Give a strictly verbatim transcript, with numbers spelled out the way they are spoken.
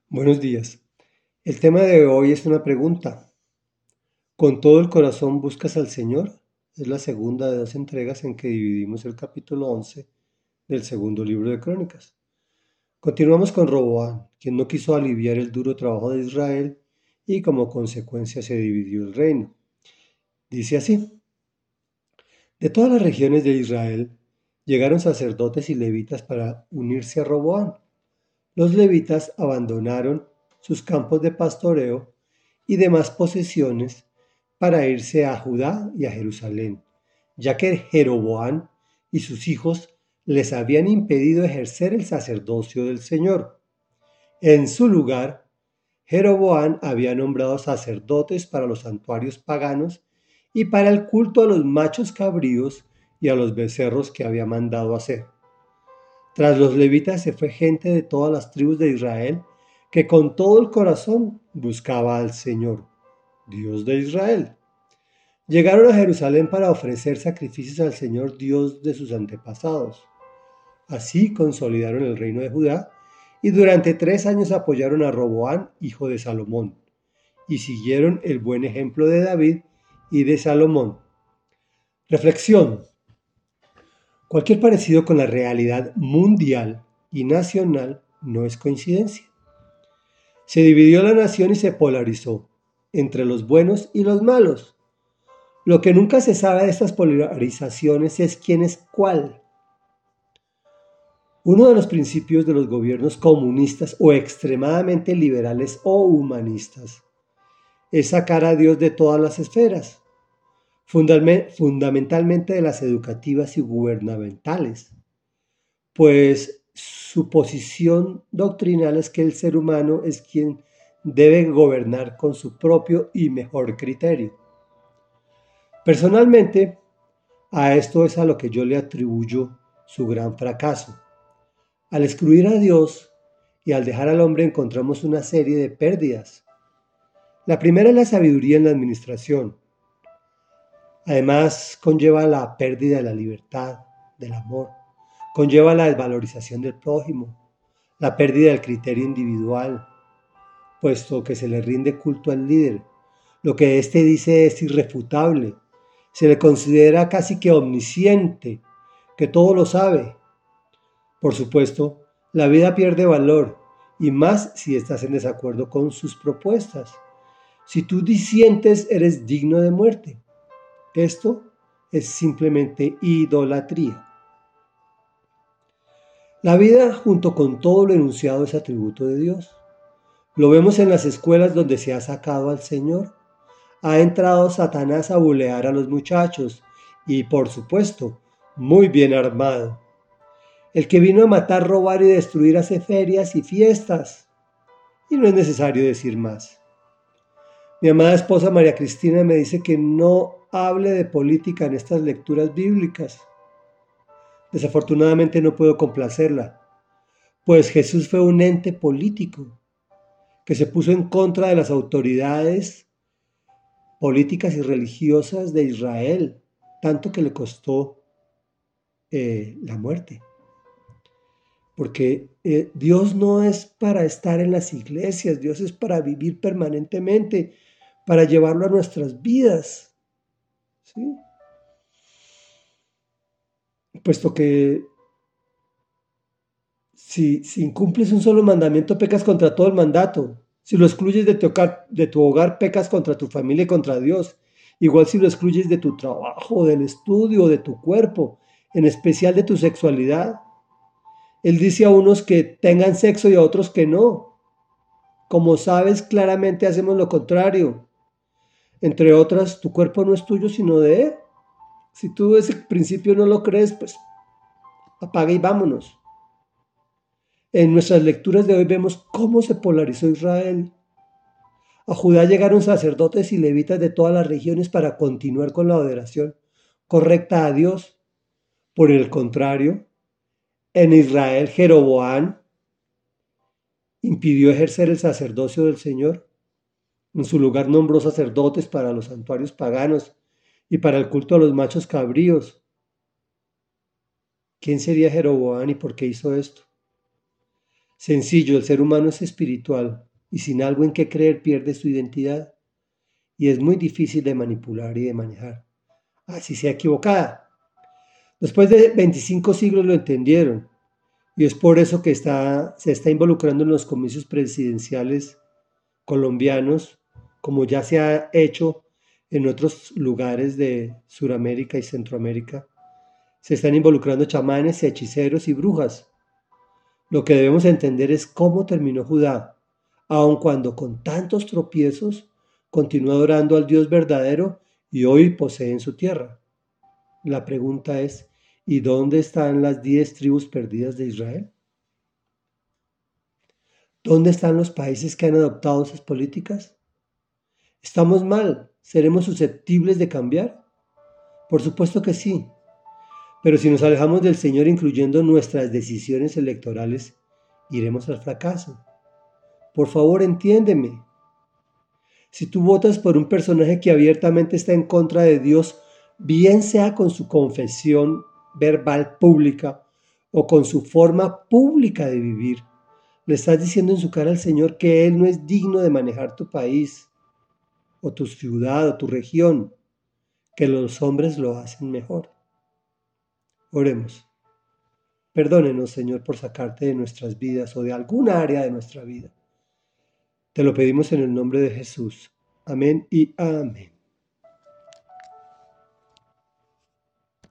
Buenos días. El tema de hoy es una pregunta. ¿Con todo el corazón buscas al Señor? Es la segunda de dos entregas en que dividimos el capítulo once del segundo libro de Crónicas. Continuamos con Roboam, quien no quiso aliviar el duro trabajo de Israel y como consecuencia se dividió el reino. Dice así: de todas las regiones de Israel llegaron sacerdotes y levitas para unirse a Roboam. Los levitas abandonaron sus campos de pastoreo y demás posesiones para irse a Judá y a Jerusalén, ya que Jeroboam y sus hijos les habían impedido ejercer el sacerdocio del Señor. En su lugar, Jeroboam había nombrado sacerdotes para los santuarios paganos y para el culto a los machos cabríos y a los becerros que había mandado hacer. Tras los levitas se fue gente de todas las tribus de Israel que con todo el corazón buscaba al Señor, Dios de Israel. Llegaron a Jerusalén para ofrecer sacrificios al Señor Dios de sus antepasados. Así consolidaron el reino de Judá y durante tres años apoyaron a Roboam, hijo de Salomón, y siguieron el buen ejemplo de David y de Salomón. Reflexión. Cualquier parecido con la realidad mundial y nacional no es coincidencia. Se dividió la nación y se polarizó entre los buenos y los malos. Lo que nunca se sabe de estas polarizaciones es quién es cuál. Uno de los principios de los gobiernos comunistas o extremadamente liberales o humanistas es sacar a Dios de todas las esferas, fundamentalmente de las educativas y gubernamentales, pues su posición doctrinal es que el ser humano es quien debe gobernar con su propio y mejor criterio. Personalmente, a esto es a lo que yo le atribuyo su gran fracaso. Al excluir a Dios y al dejar al hombre encontramos una serie de pérdidas. La primera es la sabiduría en la administración. Además, conlleva la pérdida de la libertad, del amor. Conlleva la desvalorización del prójimo, la pérdida del criterio individual, puesto que se le rinde culto al líder. Lo que éste dice es irrefutable. Se le considera casi que omnisciente, que todo lo sabe. Por supuesto, la vida pierde valor, y más si estás en desacuerdo con sus propuestas. Si tú disientes, eres digno de muerte. Esto es simplemente idolatría. La vida, junto con todo lo enunciado, es atributo de Dios. Lo vemos en las escuelas donde se ha sacado al Señor. Ha entrado Satanás a bulear a los muchachos y, por supuesto, muy bien armado. El que vino a matar, robar y destruir hace ferias y fiestas. Y no es necesario decir más. Mi amada esposa María Cristina me dice que no hable de política en estas lecturas bíblicas. Desafortunadamente no puedo complacerla, pues Jesús fue un ente político que se puso en contra de las autoridades políticas y religiosas de Israel, tanto que le costó eh, la muerte. Porque eh, Dios no es para estar en las iglesias, Dios es para vivir permanentemente, para llevarlo a nuestras vidas, ¿sí? Puesto que si, si incumples un solo mandamiento, pecas contra todo el mandato. Si lo excluyes de tu, hogar, de tu hogar, pecas contra tu familia y contra Dios. Igual si lo excluyes de tu trabajo, del estudio, de tu cuerpo, en especial de tu sexualidad. Él dice a unos que tengan sexo y a otros que no. Como sabes, claramente hacemos lo contrario. Entre otras, tu cuerpo no es tuyo, sino de Él. Si tú ese principio no lo crees, pues apaga y vámonos. En nuestras lecturas de hoy vemos cómo se polarizó Israel. A Judá llegaron sacerdotes y levitas de todas las regiones para continuar con la adoración correcta a Dios. Por el contrario, en Israel Jeroboam impidió ejercer el sacerdocio del Señor. En su lugar nombró sacerdotes para los santuarios paganos y para el culto a los machos cabríos. ¿Quién sería Jeroboam y por qué hizo esto? Sencillo, el ser humano es espiritual y sin algo en qué creer pierde su identidad y es muy difícil de manipular y de manejar. Así sea equivocada. Después de veinticinco siglos lo entendieron y es por eso que está, se está involucrando en los comicios presidenciales colombianos, como ya se ha hecho en otros lugares de Sudamérica y Centroamérica. Se están involucrando chamanes, hechiceros y brujas. Lo que debemos entender es cómo terminó Judá, aun cuando con tantos tropiezos continúa adorando al Dios verdadero y hoy poseen su tierra. La pregunta es, ¿y dónde están las diez tribus perdidas de Israel? ¿Dónde están los países que han adoptado esas políticas? ¿Estamos mal? ¿Seremos susceptibles de cambiar? Por supuesto que sí, pero si nos alejamos del Señor incluyendo nuestras decisiones electorales, iremos al fracaso. Por favor, entiéndeme. Si tú votas por un personaje que abiertamente está en contra de Dios, bien sea con su confesión verbal pública o con su forma pública de vivir, le estás diciendo en su cara al Señor que Él no es digno de manejar tu país o tu ciudad o tu región, que los hombres lo hacen mejor. Oremos. Perdónenos, Señor, por sacarte de nuestras vidas o de alguna área de nuestra vida. Te lo pedimos en el nombre de Jesús. Amén y amén.